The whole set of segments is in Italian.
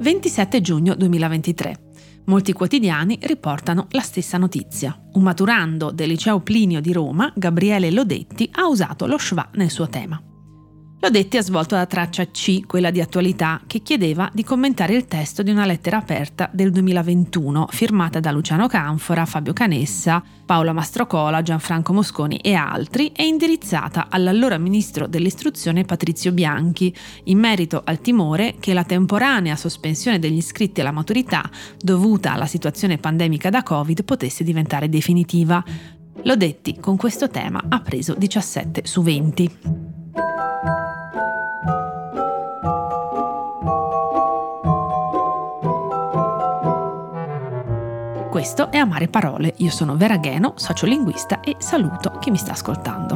27 giugno 2023. Molti quotidiani riportano la stessa notizia. Un maturando del liceo Plinio di Roma, Gabriele Lodetti, ha usato lo schwa nel suo tema. Lodetti ha svolto la traccia C, quella di attualità, che chiedeva di commentare il testo di una lettera aperta del 2021, firmata da Luciano Canfora, Fabio Canessa, Paola Mastrocola, Gianfranco Mosconi e altri, e indirizzata all'allora ministro dell'istruzione Patrizio Bianchi, in merito al timore che la temporanea sospensione degli iscritti alla maturità, dovuta alla situazione pandemica da Covid, potesse diventare definitiva. Lodetti con questo tema ha preso 17 su 20. Questo è Amare Parole, io sono Vera Gheno, sociolinguista, e saluto chi mi sta ascoltando.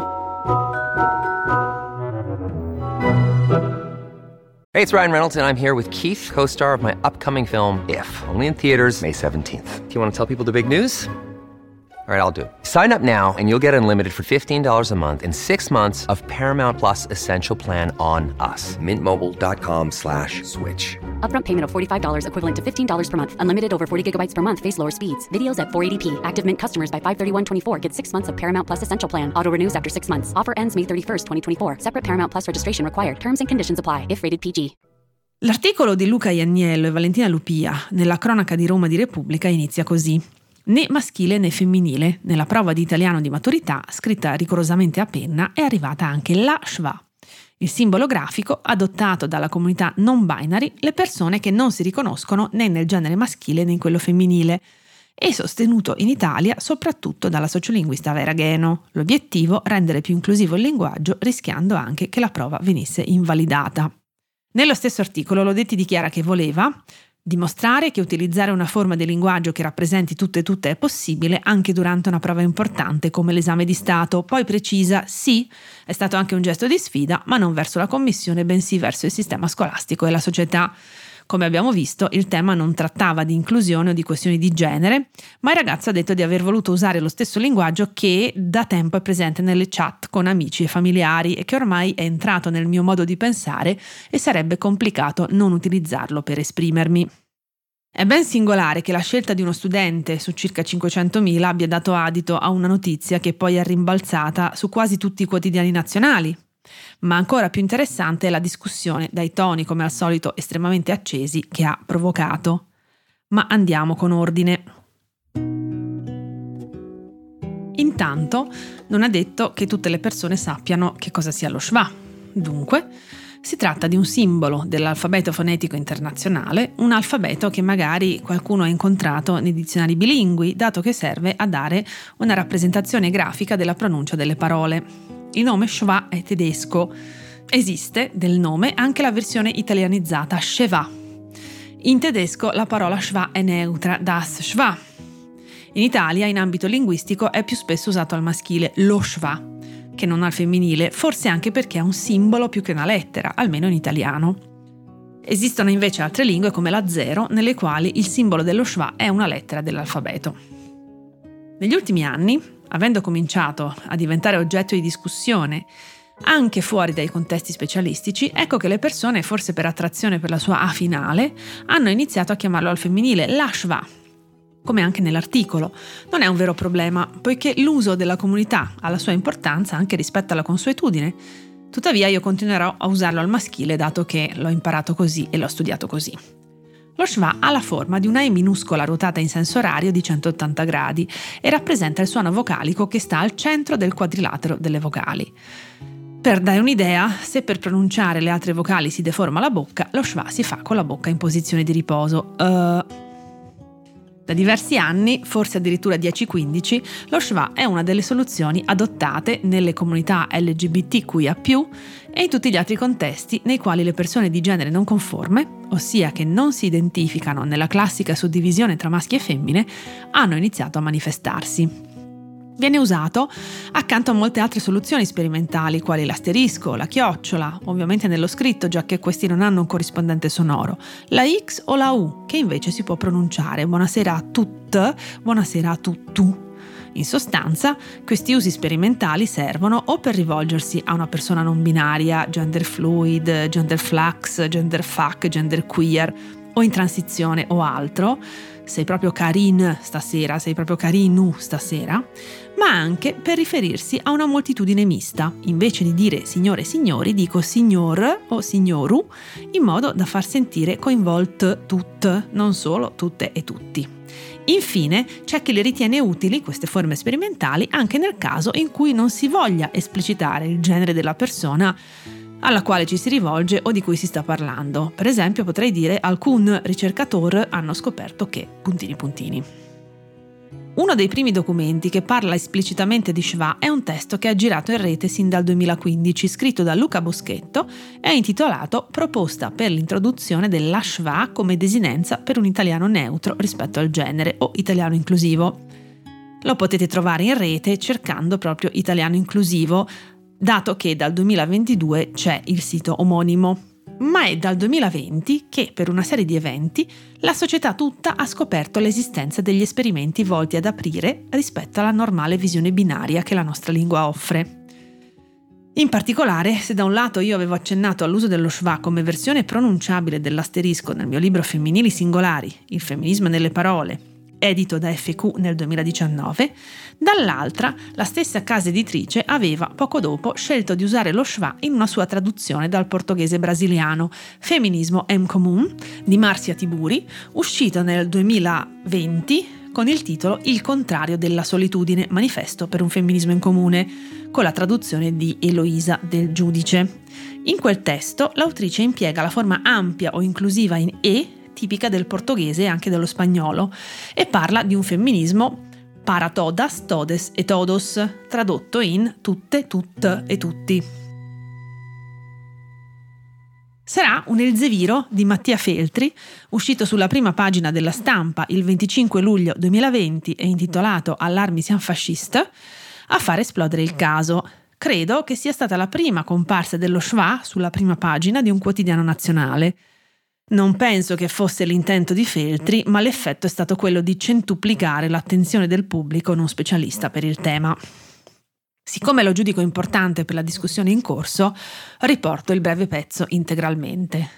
Hey, it's Ryan Reynolds, and I'm here with Keith, co-star of my upcoming film, If, only in theaters May 17th. Do you want to tell people the big news? All right, I'll do it. Sign up now and you'll get unlimited for $15 a month and 6 months of Paramount Plus Essential Plan on us. MintMobile.com/switch. Upfront payment of $45 equivalent to $15 per month. Unlimited over 40 gigabytes per month. Face lower speeds. Videos at 480p. Active Mint customers by 531.24 get 6 months of Paramount Plus Essential Plan. Auto renews after 6 months. Offer ends May 31st, 2024. Separate Paramount Plus registration required. Terms and conditions apply if rated PG. L'articolo di Luca Ianniello e Valentina Lupia nella cronaca di Roma di Repubblica inizia così. Né maschile né femminile, nella prova di italiano di maturità, scritta rigorosamente a penna, è arrivata anche la schwa, il simbolo grafico adottato dalla comunità non binary, le persone che non si riconoscono né nel genere maschile né in quello femminile, e sostenuto in Italia soprattutto dalla sociolinguista Vera Gheno. L'obiettivo: rendere più inclusivo il linguaggio, rischiando anche che la prova venisse invalidata. Nello stesso articolo Lodetti dichiara che voleva dimostrare che utilizzare una forma di linguaggio che rappresenti tutte e tutte è possibile anche durante una prova importante come l'esame di Stato. Poi precisa: sì, è stato anche un gesto di sfida, ma non verso la commissione, bensì verso il sistema scolastico e la società. Come abbiamo visto, il tema non trattava di inclusione o di questioni di genere, ma il ragazzo ha detto di aver voluto usare lo stesso linguaggio che da tempo è presente nelle chat con amici e familiari e che ormai è entrato nel mio modo di pensare e sarebbe complicato non utilizzarlo per esprimermi. È ben singolare che la scelta di uno studente su circa 500.000 abbia dato adito a una notizia che poi è rimbalzata su quasi tutti i quotidiani nazionali. Ma ancora più interessante è la discussione, dai toni come al solito estremamente accesi, che ha provocato. Ma andiamo con ordine. Intanto non è detto che tutte le persone sappiano che cosa sia lo schwa. Dunque, si tratta di un simbolo dell'alfabeto fonetico internazionale, un alfabeto che magari qualcuno ha incontrato nei dizionari bilingui, dato che serve a dare una rappresentazione grafica della pronuncia delle parole. Il nome schwa è tedesco. Esiste del nome anche la versione italianizzata schwa. In tedesco la parola schwa è neutra, das schwa. In Italia, in ambito linguistico, è più spesso usato al maschile lo schwa, che non al femminile, forse anche perché è un simbolo più che una lettera, almeno in italiano. Esistono invece altre lingue come l'azero, nelle quali il simbolo dello schwa è una lettera dell'alfabeto. Negli ultimi anni, avendo cominciato a diventare oggetto di discussione anche fuori dai contesti specialistici, ecco che le persone, forse per attrazione per la sua A finale, hanno iniziato a chiamarlo al femminile la schwa. Come anche nell'articolo, non è un vero problema, poiché l'uso della comunità ha la sua importanza anche rispetto alla consuetudine. Tuttavia io continuerò a usarlo al maschile, dato che l'ho imparato così e l'ho studiato così. Lo schwa ha la forma di una E minuscola ruotata in senso orario di 180 gradi e rappresenta il suono vocalico che sta al centro del quadrilatero delle vocali. Per dare un'idea, se per pronunciare le altre vocali si deforma la bocca, lo schwa si fa con la bocca in posizione di riposo. Da diversi anni, forse addirittura 10-15, lo schwa è una delle soluzioni adottate nelle comunità LGBTQIA+, e in tutti gli altri contesti nei quali le persone di genere non conforme, ossia che non si identificano nella classica suddivisione tra maschi e femmine, hanno iniziato a manifestarsi. Viene usato accanto a molte altre soluzioni sperimentali, quali l'asterisco, la chiocciola, ovviamente nello scritto, già che questi non hanno un corrispondente sonoro, la X o la U, che invece si può pronunciare buonasera a tut, buonasera a tuttu. In sostanza, questi usi sperimentali servono o per rivolgersi a una persona non binaria, gender fluid, gender flux, gender fuck, gender queer, o in transizione o altro, sei proprio Karin stasera, sei proprio Karinu stasera, ma anche per riferirsi a una moltitudine mista. Invece di dire signore e signori, dico signor o signoru, in modo da far sentire coinvolt tut, non solo tutte e tutti. Infine, c'è chi le ritiene utili, queste forme sperimentali, anche nel caso in cui non si voglia esplicitare il genere della persona alla quale ci si rivolge o di cui si sta parlando. Per esempio, potrei dire alcun ricercator hanno scoperto che... Uno dei primi documenti che parla esplicitamente di schwa è un testo che ha girato in rete sin dal 2015, scritto da Luca Boschetto e intitolato Proposta per l'introduzione della schwa come desinenza per un italiano neutro rispetto al genere o italiano inclusivo. Lo potete trovare in rete cercando proprio italiano inclusivo, dato che dal 2022 c'è il sito omonimo. Ma è dal 2020 che, per una serie di eventi, la società tutta ha scoperto l'esistenza degli esperimenti volti ad aprire rispetto alla normale visione binaria che la nostra lingua offre. In particolare, se da un lato io avevo accennato all'uso dello schwa come versione pronunciabile dell'asterisco nel mio libro Femminili singolari, il femminismo nelle parole, edito da FQ nel 2019, dall'altra la stessa casa editrice aveva poco dopo scelto di usare lo schwa in una sua traduzione dal portoghese brasiliano, Feminismo em Comum, di Marcia Tiburi, uscito nel 2020 con il titolo Il contrario della solitudine, manifesto per un femminismo in comune, con la traduzione di Eloisa Del Giudice. In quel testo l'autrice impiega la forma ampia o inclusiva in e, tipica del portoghese e anche dello spagnolo, e parla di un femminismo para todas, todes e todos, tradotto in tutte, tutte e tutti. Sarà un Elzeviro di Mattia Feltri, uscito sulla prima pagina della Stampa il 25 luglio 2020 e intitolato Allarmi sian fasciste, a far esplodere il caso. Credo che sia stata la prima comparsa dello schwa sulla prima pagina di un quotidiano nazionale. Non penso che fosse l'intento di Feltri, ma l'effetto è stato quello di centuplicare l'attenzione del pubblico non specialista per il tema. Siccome lo giudico importante per la discussione in corso, riporto il breve pezzo integralmente.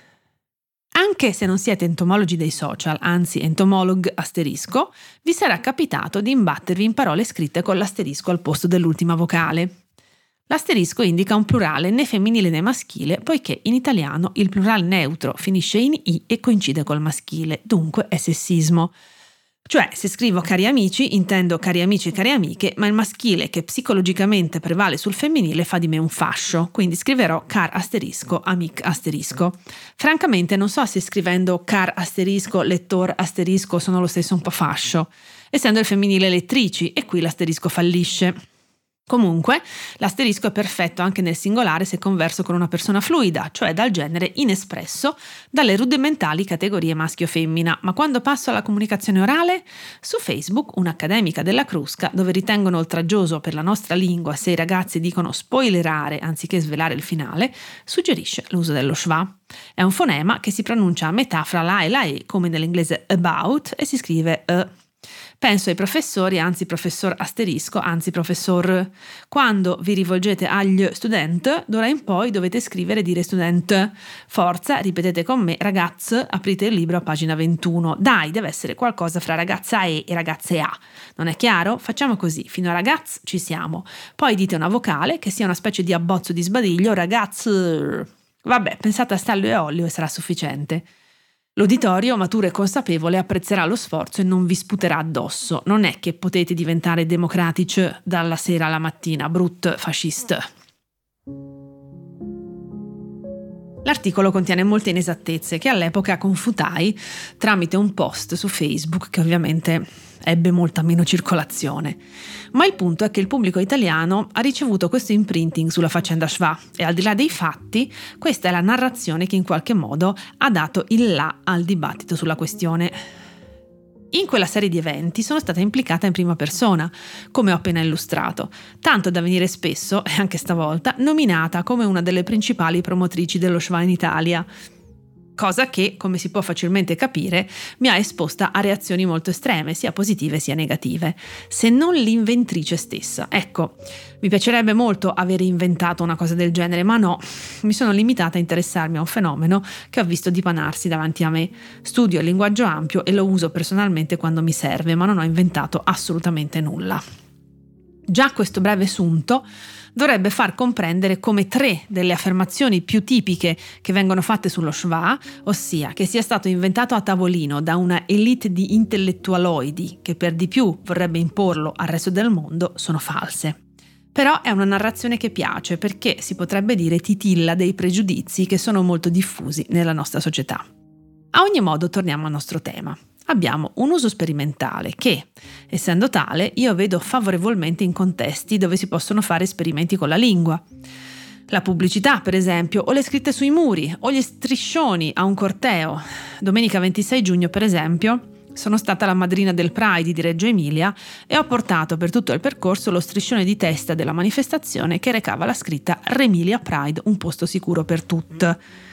Anche se non siete entomologi dei social, anzi entomolog asterisco, vi sarà capitato di imbattervi in parole scritte con l'asterisco al posto dell'ultima vocale. L'asterisco indica un plurale né femminile né maschile, poiché in italiano il plurale neutro finisce in i e coincide col maschile, dunque è sessismo. Cioè, se scrivo cari amici, intendo cari amici e cari amiche, ma il maschile che psicologicamente prevale sul femminile fa di me un fascio, quindi scriverò car asterisco, amic asterisco. Francamente non so se scrivendo car asterisco, lettor asterisco sono lo stesso un po' fascio, essendo il femminile lettrici, e qui l'asterisco fallisce. Comunque, l'asterisco è perfetto anche nel singolare se converso con una persona fluida, cioè dal genere inespresso, dalle rudimentali categorie maschio-femmina, ma quando passo alla comunicazione orale? Su Facebook, un'accademica della Crusca, dove ritengono oltraggioso per la nostra lingua se i ragazzi dicono spoilerare anziché svelare il finale, suggerisce l'uso dello schwa. È un fonema che si pronuncia a metà fra la e la e, come nell'inglese about, e si scrive Penso ai professori, anzi professor asterisco, anzi professor. Quando vi rivolgete agli student, d'ora in poi dovete scrivere e dire student. Forza, ripetete con me, ragazz, aprite il libro a pagina 21. Dai, deve essere qualcosa fra ragazza E e ragazze A. Non è chiaro? Facciamo così, fino a ragazz ci siamo. Poi dite una vocale che sia una specie di abbozzo di sbadiglio, ragazz. Vabbè, pensate a Stallo e Ollio e sarà sufficiente. L'uditorio, maturo e consapevole, apprezzerà lo sforzo e non vi sputerà addosso. Non è che potete diventare democratici dalla sera alla mattina, brut fascist. L'articolo contiene molte inesattezze che all'epoca confutai tramite un post su Facebook che ovviamente ebbe molta meno circolazione. Ma il punto è che il pubblico italiano ha ricevuto questo imprinting sulla faccenda schwa e al di là dei fatti, questa è la narrazione che in qualche modo ha dato il là al dibattito sulla questione. In quella serie di eventi sono stata implicata in prima persona, come ho appena illustrato, tanto da venire spesso, e anche stavolta, nominata come una delle principali promotrici dello schwa in Italia. cosa che, come si può facilmente capire, mi ha esposta a reazioni molto estreme, sia positive sia negative, se non l'inventrice stessa. Ecco, mi piacerebbe molto aver inventato una cosa del genere, ma no, mi sono limitata a interessarmi a un fenomeno che ho visto dipanarsi davanti a me. Studio il linguaggio ampio e lo uso personalmente quando mi serve, ma non ho inventato assolutamente nulla. Già questo breve assunto dovrebbe far comprendere come 3 delle affermazioni più tipiche che vengono fatte sullo schwa, ossia che sia stato inventato a tavolino da una elite di intellettualoidi che per di più vorrebbe imporlo al resto del mondo, sono false. Però è una narrazione che piace perché si potrebbe dire titilla dei pregiudizi che sono molto diffusi nella nostra società. A ogni modo torniamo al nostro tema. Abbiamo un uso sperimentale che, essendo tale, io vedo favorevolmente in contesti dove si possono fare esperimenti con la lingua. La pubblicità, per esempio, o le scritte sui muri, o gli striscioni a un corteo. Domenica 26 giugno, per esempio, sono stata la madrina del Pride di Reggio Emilia e ho portato per tutto il percorso lo striscione di testa della manifestazione che recava la scritta Remilia Pride, un posto sicuro per tutte.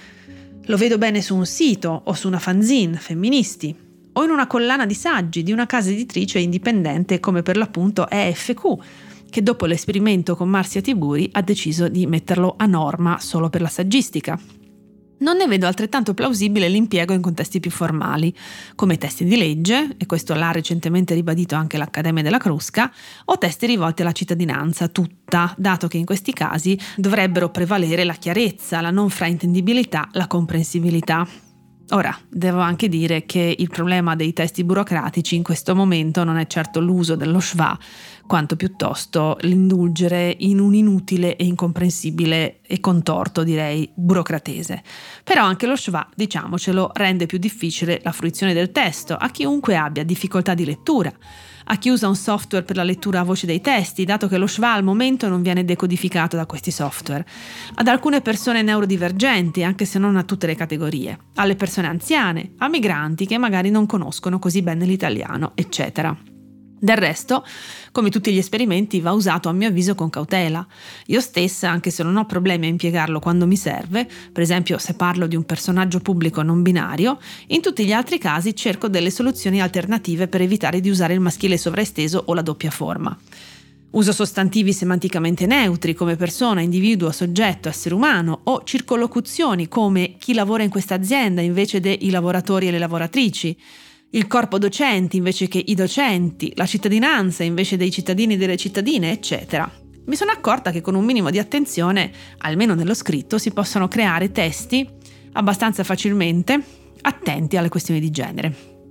Lo vedo bene su un sito o su una fanzine femministi, o in una collana di saggi di una casa editrice indipendente come per l'appunto EFQ, che dopo l'esperimento con Marzia Tiburi ha deciso di metterlo a norma solo per la saggistica. Non ne vedo altrettanto plausibile l'impiego in contesti più formali, come testi di legge, e questo l'ha recentemente ribadito anche l'Accademia della Crusca, o testi rivolti alla cittadinanza tutta, dato che in questi casi dovrebbero prevalere la chiarezza, la non fraintendibilità, la comprensibilità. Ora, devo anche dire che il problema dei testi burocratici in questo momento non è certo l'uso dello schwa, quanto piuttosto l'indulgere in un inutile e incomprensibile e contorto, direi, burocratese. Però anche lo schwa, diciamocelo, rende più difficile la fruizione del testo a chiunque abbia difficoltà di lettura, a chi usa un software per la lettura a voce dei testi, dato che lo schwa al momento non viene decodificato da questi software, ad alcune persone neurodivergenti, anche se non a tutte le categorie, alle persone anziane, a migranti che magari non conoscono così bene l'italiano, eccetera. Del resto, come tutti gli esperimenti, va usato a mio avviso con cautela. Io stessa, anche se non ho problemi a impiegarlo quando mi serve, per esempio se parlo di un personaggio pubblico non binario, in tutti gli altri casi cerco delle soluzioni alternative per evitare di usare il maschile sovraesteso o la doppia forma. Uso sostantivi semanticamente neutri come persona, individuo, soggetto, essere umano, o circolocuzioni come chi lavora in questa azienda invece dei lavoratori e le lavoratrici, il corpo docenti invece che i docenti, la cittadinanza invece dei cittadini e delle cittadine, eccetera. Mi sono accorta che con un minimo di attenzione, almeno nello scritto, si possono creare testi abbastanza facilmente attenti alle questioni di genere.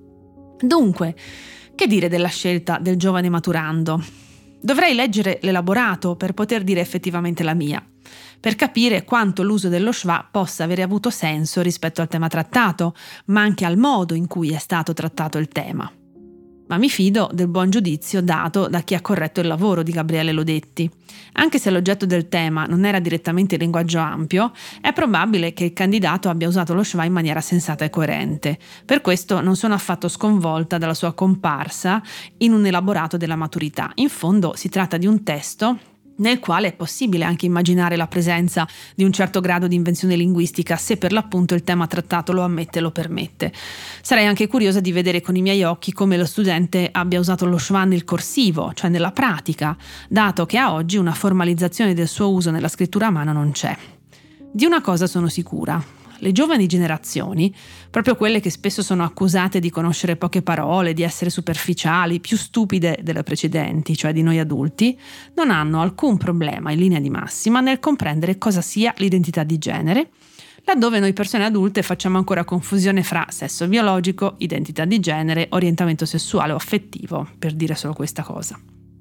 Dunque, che dire della scelta del giovane maturando? Dovrei leggere l'elaborato per poter dire effettivamente la mia, per capire quanto l'uso dello schwa possa avere avuto senso rispetto al tema trattato, ma anche al modo in cui è stato trattato il tema. Ma mi fido del buon giudizio dato da chi ha corretto il lavoro di Gabriele Lodetti. Anche se l'oggetto del tema non era direttamente il linguaggio ampio, è probabile che il candidato abbia usato lo schwa in maniera sensata e coerente. Per questo non sono affatto sconvolta dalla sua comparsa in un elaborato della maturità. In fondo si tratta di un testo nel quale è possibile anche immaginare la presenza di un certo grado di invenzione linguistica se per l'appunto il tema trattato lo ammette e lo permette. Sarei anche curiosa di vedere con i miei occhi come lo studente abbia usato lo schwa nel corsivo, cioè nella pratica, dato che a oggi una formalizzazione del suo uso nella scrittura a mano non c'è. Di una cosa sono sicura: le giovani generazioni, proprio quelle che spesso sono accusate di conoscere poche parole, di essere superficiali, più stupide delle precedenti, cioè di noi adulti, non hanno alcun problema in linea di massima nel comprendere cosa sia l'identità di genere, laddove noi persone adulte facciamo ancora confusione fra sesso biologico, identità di genere, orientamento sessuale o affettivo, per dire solo questa cosa.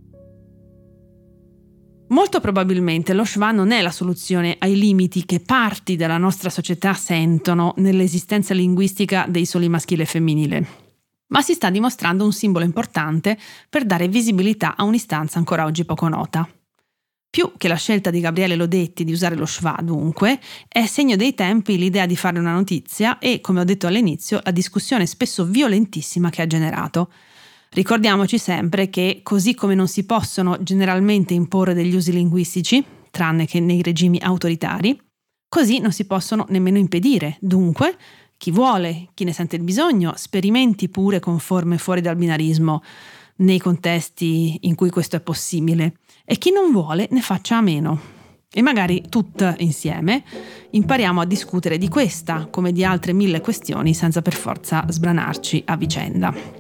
Molto probabilmente lo schwa non è la soluzione ai limiti che parti della nostra società sentono nell'esistenza linguistica dei soli maschile e femminile, ma si sta dimostrando un simbolo importante per dare visibilità a un'istanza ancora oggi poco nota. Più che la scelta di Gabriele Lodetti di usare lo schwa, dunque, è segno dei tempi l'idea di fare una notizia e, come ho detto all'inizio, la discussione spesso violentissima che ha generato. Ricordiamoci sempre che, così come non si possono generalmente imporre degli usi linguistici, tranne che nei regimi autoritari, così non si possono nemmeno impedire. Dunque, Chi vuole, chi ne sente il bisogno, sperimenti pure con forme fuori dal binarismo nei contesti in cui questo è possibile, e chi non vuole ne faccia a meno. E magari tutte insieme impariamo a discutere di questa come di altre 1000 questioni senza per forza sbranarci a vicenda.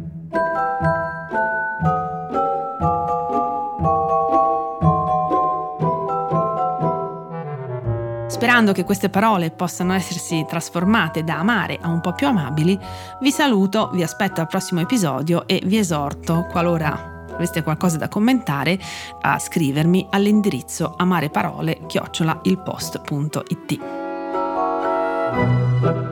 Sperando che queste parole possano essersi trasformate da amare a un po' più amabili, vi saluto, vi aspetto al prossimo episodio e vi esorto, qualora aveste qualcosa da commentare, a scrivermi all'indirizzo amareparole@ilpost.it.